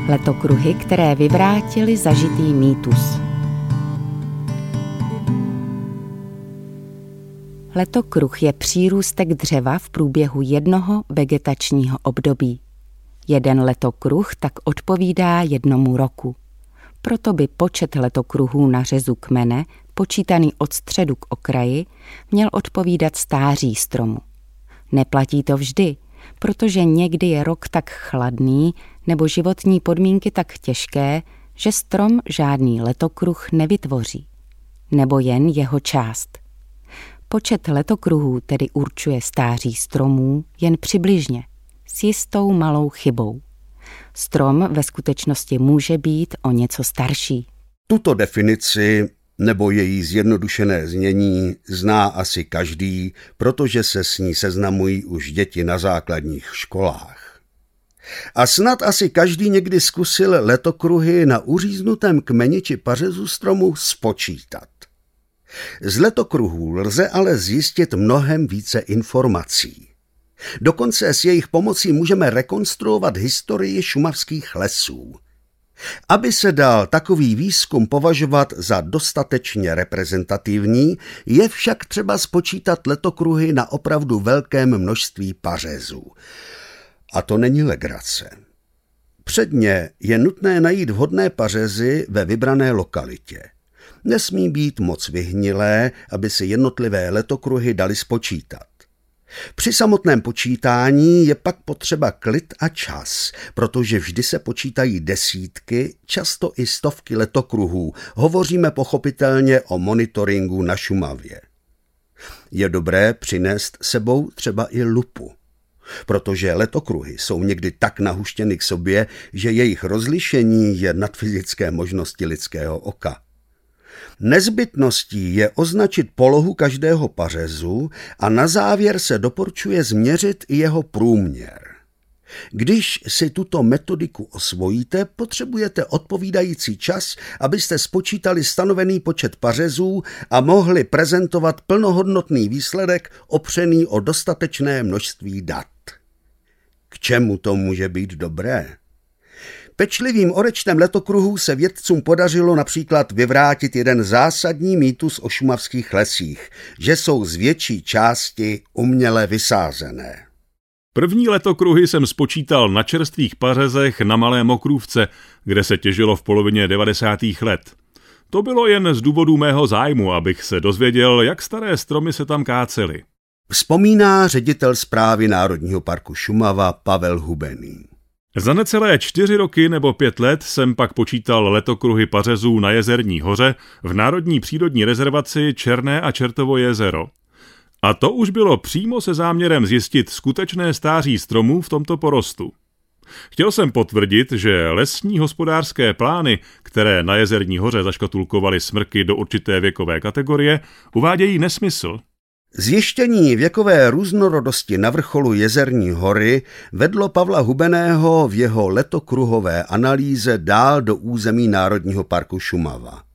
Letokruhy, které vyvrátily zažitý mýtus. Letokruh je přírůstek dřeva v průběhu jednoho vegetačního období. Jeden letokruh tak odpovídá jednomu roku. Proto by počet letokruhů na řezu kmene, počítaný od středu k okraji, měl odpovídat stáří stromu. Neplatí to vždy, protože někdy je rok tak chladný nebo životní podmínky tak těžké, že strom žádný letokruh nevytvoří, nebo jen jeho část. Počet letokruhů tedy určuje stáří stromů jen přibližně, s jistou malou chybou. Strom ve skutečnosti může být o něco starší. Tuto definici nebo její zjednodušené znění zná asi každý, protože se s ní seznamují už děti na základních školách. A snad asi každý někdy zkusil letokruhy na uříznutém kmeni či pařezu stromu spočítat. Z letokruhů lze ale zjistit mnohem více informací. Dokonce s jejich pomocí můžeme rekonstruovat historii šumavských lesů. Aby se dal takový výzkum považovat za dostatečně reprezentativní, je však třeba spočítat letokruhy na opravdu velkém množství pařezů. A to není legrace. Předně je nutné najít vhodné pařezy ve vybrané lokalitě. Nesmí být moc vyhnilé, aby si jednotlivé letokruhy dali spočítat. Při samotném počítání je pak potřeba klid a čas, protože vždy se počítají desítky, často i stovky letokruhů. Hovoříme pochopitelně o monitoringu na Šumavě. Je dobré přinést sebou třeba i lupu, protože letokruhy jsou někdy tak nahuštěny k sobě, že jejich rozlišení je nad fyzické možnosti lidského oka. Nezbytností je označit polohu každého pařezu a na závěr se doporučuje změřit i jeho průměr. Když si tuto metodiku osvojíte, potřebujete odpovídající čas, abyste spočítali stanovený počet pařezů a mohli prezentovat plnohodnotný výsledek opřený o dostatečné množství dat. K čemu to může být dobré? Pečlivým odečtem letokruhů se vědcům podařilo například vyvrátit jeden zásadní mýtus o šumavských lesích, že jsou z větší části uměle vysázené. První letokruhy jsem spočítal na čerstvých pařezech na Malé Mokrůvce, kde se těžilo v polovině 90. let. To bylo jen z důvodu mého zájmu, abych se dozvěděl, jak staré stromy se tam kácely. Vzpomíná ředitel správy Národního parku Šumava Pavel Hubený. Za necelé 4 roky nebo 5 let jsem pak počítal letokruhy pařezů na Jezerní hoře v Národní přírodní rezervaci Černé a Čertovo jezero. A to už bylo přímo se záměrem zjistit skutečné stáří stromů v tomto porostu. Chtěl jsem potvrdit, že lesní hospodářské plány, které na Jezerní hoře zaškatulkovaly smrky do určité věkové kategorie, uvádějí nesmysl. Zjištění věkové různorodosti na vrcholu Jezerní hory vedlo Pavla Hubeného v jeho letokruhové analýze dál do území Národního parku Šumava.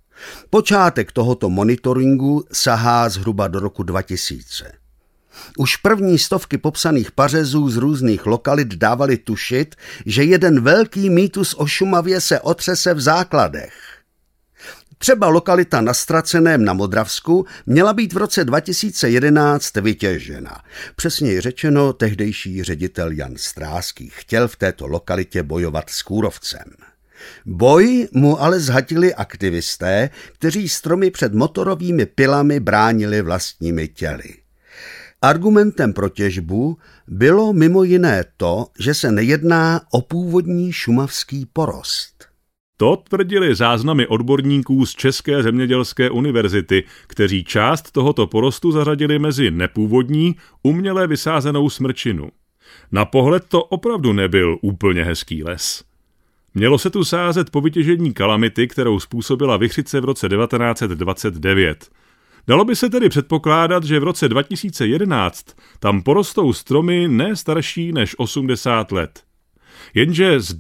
Počátek tohoto monitoringu sahá zhruba do roku 2000. Už první stovky popsaných pařezů z různých lokalit dávaly tušit, že jeden velký mýtus o Šumavě se otřese v základech. Třeba lokalita na Ztraceném na Modravsku měla být v roce 2011 vytěžena. Přesněji řečeno, tehdejší ředitel Jan Stráský chtěl v této lokalitě bojovat s kůrovcem. Boj mu ale zhatili aktivisté, kteří stromy před motorovými pilami bránili vlastními těly. Argumentem pro těžbu bylo mimo jiné to, že se nejedná o původní šumavský porost. To tvrdili záznamy odborníků z České zemědělské univerzity, kteří část tohoto porostu zařadili mezi nepůvodní, uměle vysázenou smrčinu. Na pohled to opravdu nebyl úplně hezký les. Mělo se tu sázet po vytěžení kalamity, kterou způsobila vichřice v roce 1929. Dalo by se tedy předpokládat, že v roce 2011 tam porostou stromy ne starší než 80 let. Jenže z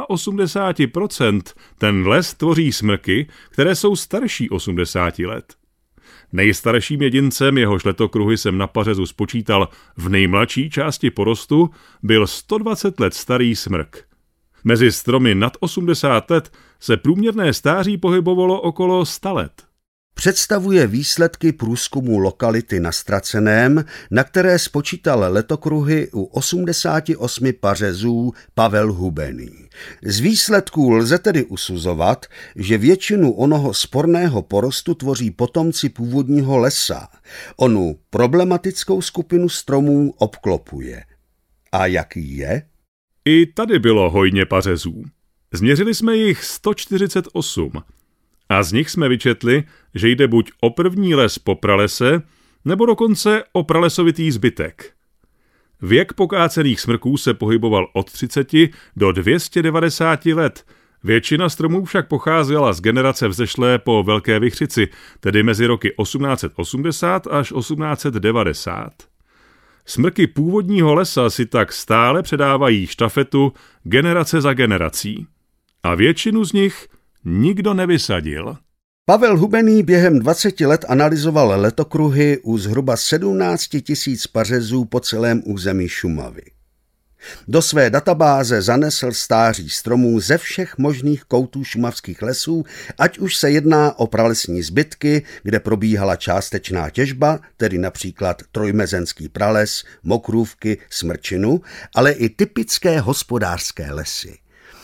82% ten les tvoří smrky, které jsou starší 80 let. Nejstarším jedincem, jehož letokruhy jsem na pařezu spočítal v nejmladší části porostu, byl 120 let starý smrk. Mezi stromy nad 80 let se průměrné stáří pohybovalo okolo 100 let. Představuje výsledky průzkumu lokality na Ztraceném, na které spočítal letokruhy u 88 pařezů Pavel Hubený. Z výsledků lze tedy usuzovat, že většinu onoho sporného porostu tvoří potomci původního lesa. Onu problematickou skupinu stromů obklopuje. A jaký je? I tady bylo hojně pařezů. Změřili jsme jich 148 a z nich jsme vyčetli, že jde buď o první les po pralese, nebo dokonce o pralesovitý zbytek. Věk pokácených smrků se pohyboval od 30 do 290 let. Většina stromů však pocházela z generace vzešlé po Velké vichřici, tedy mezi roky 1880 až 1890. Smrky původního lesa si tak stále předávají štafetu generace za generací. A většinu z nich nikdo nevysadil. Pavel Hubený během 20 let analyzoval letokruhy u zhruba 17 000 pařezů po celém území Šumavy. Do své databáze zanesl stáří stromů ze všech možných koutů šumavských lesů, ať už se jedná o pralesní zbytky, kde probíhala částečná těžba, tedy například trojmezenský prales, mokrůvky, smrčinu, ale i typické hospodářské lesy.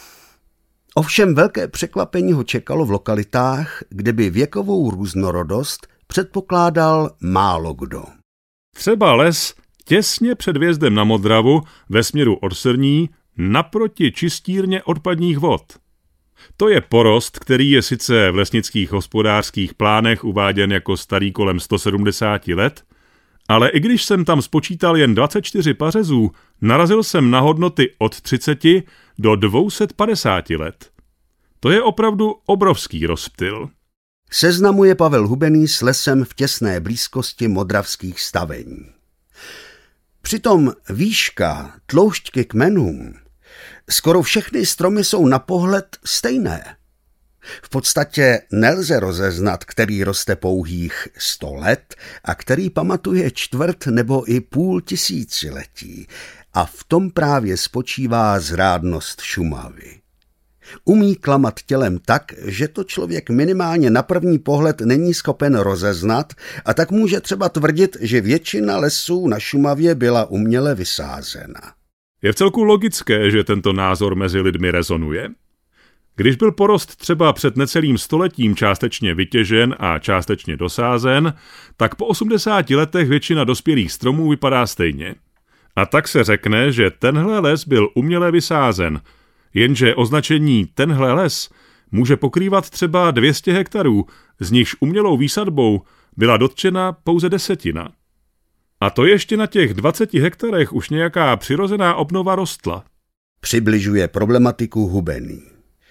Ovšem velké překvapení ho čekalo v lokalitách, kde by věkovou různorodost předpokládal málo kdo. Třeba les těsně před vjezdem na Modravu ve směru od Srní naproti čistírně odpadních vod. To je porost, který je sice v lesnických hospodářských plánech uváděn jako starý kolem 170 let, ale i když jsem tam spočítal jen 24 pařezů, narazil jsem na hodnoty od 30 do 250 let. To je opravdu obrovský rozptyl. Seznamuje Pavel Hubený s lesem v těsné blízkosti modravských stavení. Přitom výška, tloušťky kmenů, skoro všechny stromy jsou na pohled stejné. V podstatě nelze rozeznat, který roste pouhých 100 let a který pamatuje čtvrt nebo i půl tisíciletí. A v tom právě spočívá zrádnost Šumavy. Umí klamat tělem tak, že to člověk minimálně na první pohled není schopen rozeznat, a tak může třeba tvrdit, že většina lesů na Šumavě byla uměle vysázena. Je vcelku logické, že tento názor mezi lidmi rezonuje. Když byl porost třeba před necelým stoletím částečně vytěžen a částečně dosázen, tak po 80 letech většina dospělých stromů vypadá stejně. A tak se řekne, že tenhle les byl uměle vysázen, jenže označení tenhle les může pokrývat třeba 200 hektarů, z nichž umělou výsadbou byla dotčena pouze 10. A to ještě na těch 20 hektarech už nějaká přirozená obnova rostla. Přibližuje problematiku Hubený.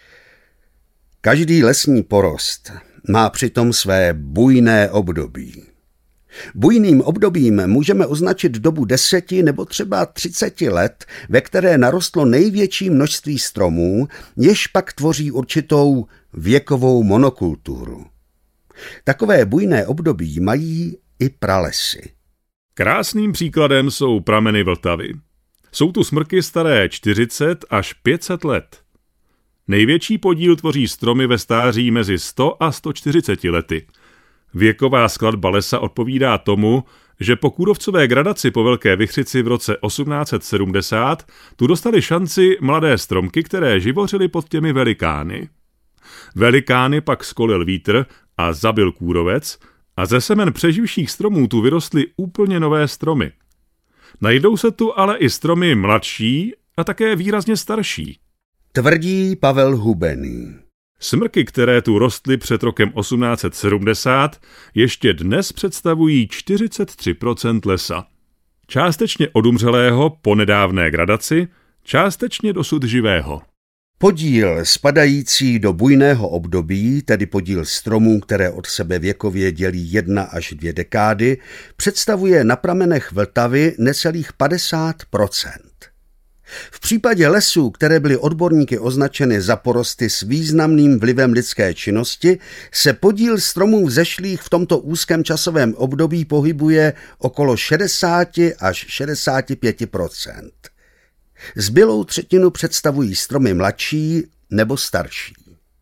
Každý lesní porost má přitom své bujné období. Bujným obdobím můžeme označit dobu 10 nebo třeba 30 let, ve které narostlo největší množství stromů, jež pak tvoří určitou věkovou monokulturu. Takové bujné období mají i pralesy. Krásným příkladem jsou prameny Vltavy. Jsou tu smrky staré 40 až 500 let. Největší podíl tvoří stromy ve stáří mezi 100 a 140 lety. Věková skladba lesa odpovídá tomu, že po kůrovcové gradaci po Velké vichřici v roce 1870 tu dostali šanci mladé stromky, které živořily pod těmi velikány. Velikány pak skolil vítr a zabil kůrovec a ze semen přeživších stromů tu vyrostly úplně nové stromy. Najdou se tu ale i stromy mladší a také výrazně starší. Tvrdí Pavel Hubený. Smrky, které tu rostly před rokem 1870, ještě dnes představují 43% lesa. Částečně odumřelého po nedávné gradaci, částečně dosud živého. Podíl spadající do bujného období, tedy podíl stromů, které od sebe věkově dělí 1 až 2 dekády, představuje na pramenech Vltavy necelých 50%. V případě lesů, které byly odborníky označeny za porosty s významným vlivem lidské činnosti, se podíl stromů vzešlých v tomto úzkém časovém období pohybuje okolo 60 až 65%. Zbylou třetinu představují stromy mladší nebo starší.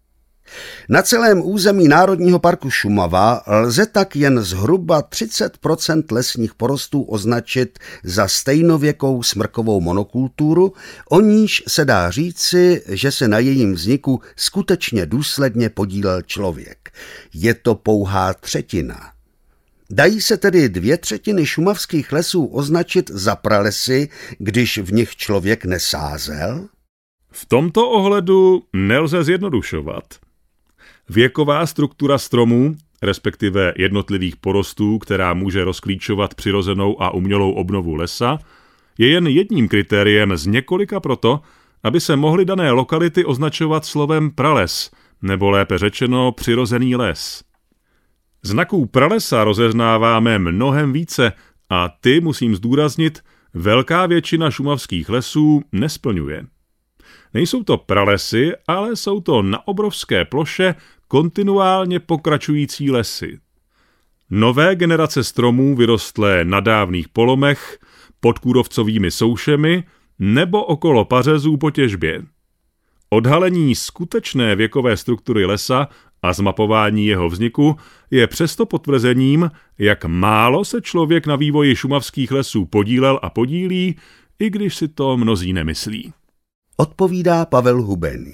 Na celém území Národního parku Šumava lze tak jen zhruba 30% lesních porostů označit za stejnověkou smrkovou monokulturu, o níž se dá říci, že se na jejím vzniku skutečně důsledně podílel člověk. Je to pouhá třetina. Dají se tedy 2/3 šumavských lesů označit za pralesy, když v nich člověk nesázel? V tomto ohledu nelze zjednodušovat. Věková struktura stromů, respektive jednotlivých porostů, která může rozklíčovat přirozenou a umělou obnovu lesa, je jen jedním kritériem z několika proto, aby se mohly dané lokality označovat slovem prales, nebo lépe řečeno přirozený les. Znaků pralesa rozeznáváme mnohem více a ty, musím zdůraznit, velká většina šumavských lesů nesplňuje. Nejsou to pralesy, ale jsou to na obrovské ploše kontinuálně pokračující lesy. Nové generace stromů vyrostlé na dávných polomech, pod kůrovcovými soušemi nebo okolo pařezů po těžbě. Odhalení skutečné věkové struktury lesa a zmapování jeho vzniku je přesto potvrzením, jak málo se člověk na vývoji šumavských lesů podílel a podílí, i když si to mnozí nemyslí. Odpovídá Pavel Hubený.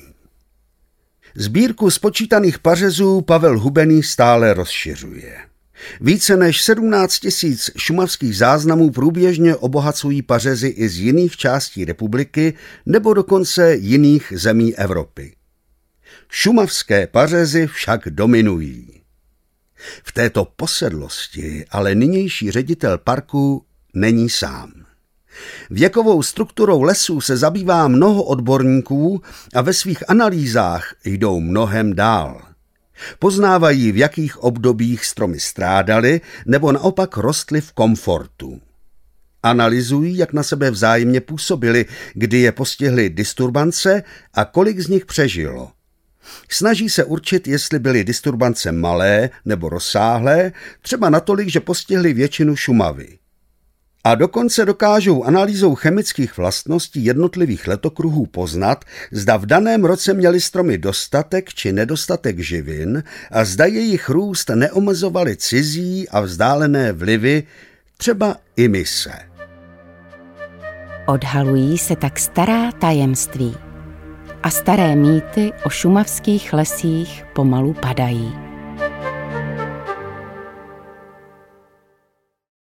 Sbírku spočítaných pařezů Pavel Hubený stále rozšiřuje. Více než 17 000 šumavských záznamů průběžně obohacují pařezy i z jiných částí republiky nebo dokonce jiných zemí Evropy. Šumavské pařezy však dominují. V této posedlosti ale nynější ředitel parku není sám. Věkovou strukturou lesů se zabývá mnoho odborníků a ve svých analýzách jdou mnohem dál. Poznávají, v jakých obdobích stromy strádaly nebo naopak rostly v komfortu. Analyzují, jak na sebe vzájemně působily, kdy je postihly disturbance a kolik z nich přežilo. Snaží se určit, jestli byly disturbance malé nebo rozsáhlé, třeba natolik, že postihly většinu Šumavy. A dokonce dokážou analýzou chemických vlastností jednotlivých letokruhů poznat, zda v daném roce měly stromy dostatek či nedostatek živin a zda jejich růst neomezovaly cizí a vzdálené vlivy, třeba i mise. Odhalují se tak stará tajemství a staré mýty o šumavských lesích pomalu padají.